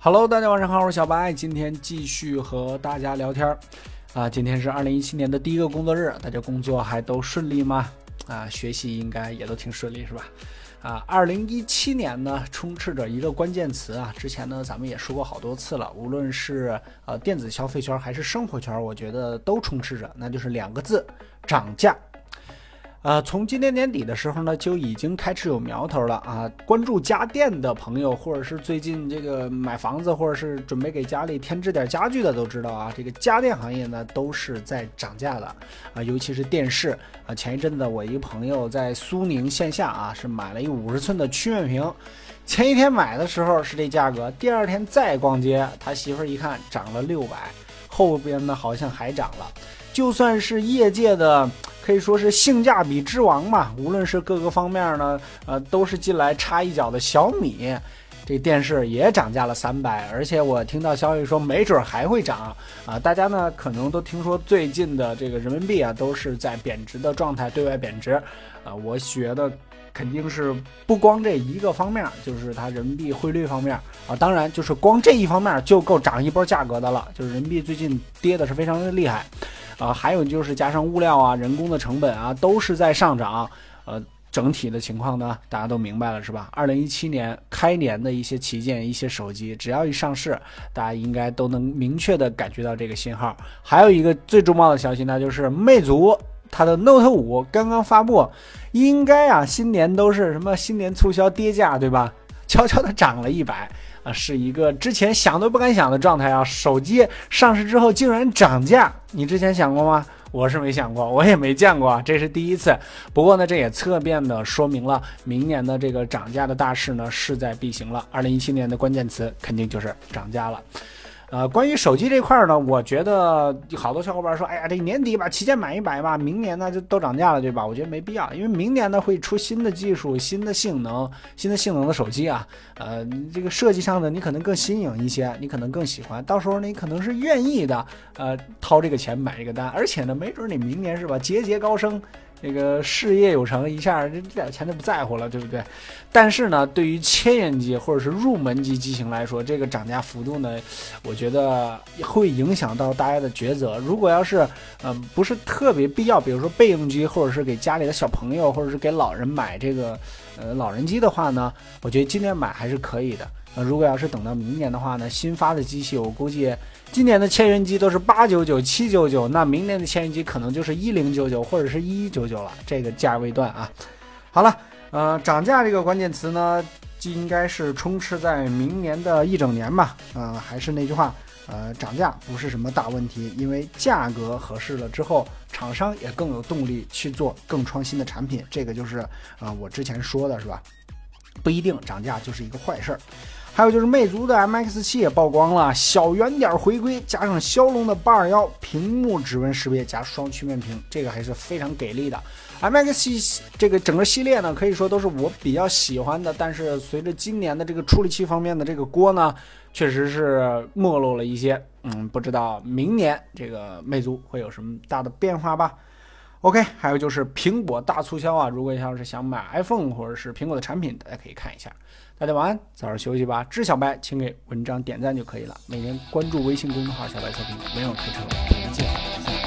Hello， 大家晚上好，我是小白，今天继续和大家聊天今天是2017年的第一个工作日，大家工作还都顺利吗？学习应该也都挺顺利是吧？2017年呢，充斥着一个关键词之前呢咱们也说过好多次了，无论是电子消费圈还是生活圈，我觉得都充斥着，那就是两个字：涨价。从今年年底的时候呢，就已经开始有苗头了关注家电的朋友，或者是最近这个买房子，或者是准备给家里添置点家具的都知道这个家电行业呢都是在涨价的尤其是电视前一阵子我一个朋友在苏宁线下是买了一50寸的曲面屏，前一天买的时候是这价格，第二天再逛街，他媳妇一看涨了600，后边呢好像还涨了。就算是业界的可以说是性价比之王嘛，无论是各个方面呢，都是进来插一脚的小米，这电视也涨价了300，而且我听到消息说没准还会涨大家呢可能都听说最近的这个人民币都是在贬值的状态，对外贬值我觉得肯定是不光这一个方面，就是它人民币汇率方面当然就是光这一方面就够涨一波价格的了，就是人民币最近跌的是非常的厉害还有就是加上物料人工的成本都是在上涨整体的情况呢大家都明白了是吧？2017年开年的一些旗舰一些手机只要一上市，大家应该都能明确的感觉到这个信号。还有一个最重磅的消息，那就是魅族它的 Note 5刚刚发布，应该新年都是什么新年促销跌价对吧？悄悄的涨了100是一个之前想都不敢想的状态手机上市之后竟然涨价，你之前想过吗？我是没想过，我也没见过这是第一次。不过呢，这也侧面的说明了明年的这个涨价的大势呢势在必行了。2017年的关键词肯定就是涨价了。关于手机这块呢，我觉得好多小伙伴说，哎呀，这年底把旗舰买一买吧，明年呢就都涨价了，对吧？我觉得没必要，因为明年呢会出新的技术、新的性能的手机这个设计上的你可能更新颖一些，你可能更喜欢，到时候你可能是愿意的，掏这个钱买这个单，而且呢，没准你明年是吧，节节高升。这个事业有成，一下这点钱都不在乎了，对不对？但是呢，对于千元机或者是入门级机型来说，这个涨价幅度呢，我觉得会影响到大家的抉择。如果要是不是特别必要，比如说备用机，或者是给家里的小朋友，或者是给老人买这个老人机的话呢，我觉得今年买还是可以的。如果要是等到明年的话呢，新发的机器我估计今年的千元机都是899、799，那明年的千元机可能就是1099或者是1199了，这个价位段好了，涨价这个关键词呢，应该是充斥在明年的一整年吧。还是那句话，涨价不是什么大问题，因为价格合适了之后，厂商也更有动力去做更创新的产品。这个就是我之前说的是吧？不一定涨价就是一个坏事儿。还有就是魅族的 MX7 也曝光了，小圆点回归，加上骁龙的821，屏幕指纹识别加双曲面屏，这个还是非常给力的。MX7 这个整个系列呢，可以说都是我比较喜欢的，但是随着今年的这个处理器方面的这个锅呢，确实是没落了一些。不知道明年这个魅族会有什么大的变化吧。OK， 还有就是苹果大促销如果要是想买 iPhone 或者是苹果的产品，大家可以看一下。大家晚安，早点休息吧。知小白，请给文章点赞就可以了。每天关注微信公众号小白测评，没有开车，再见。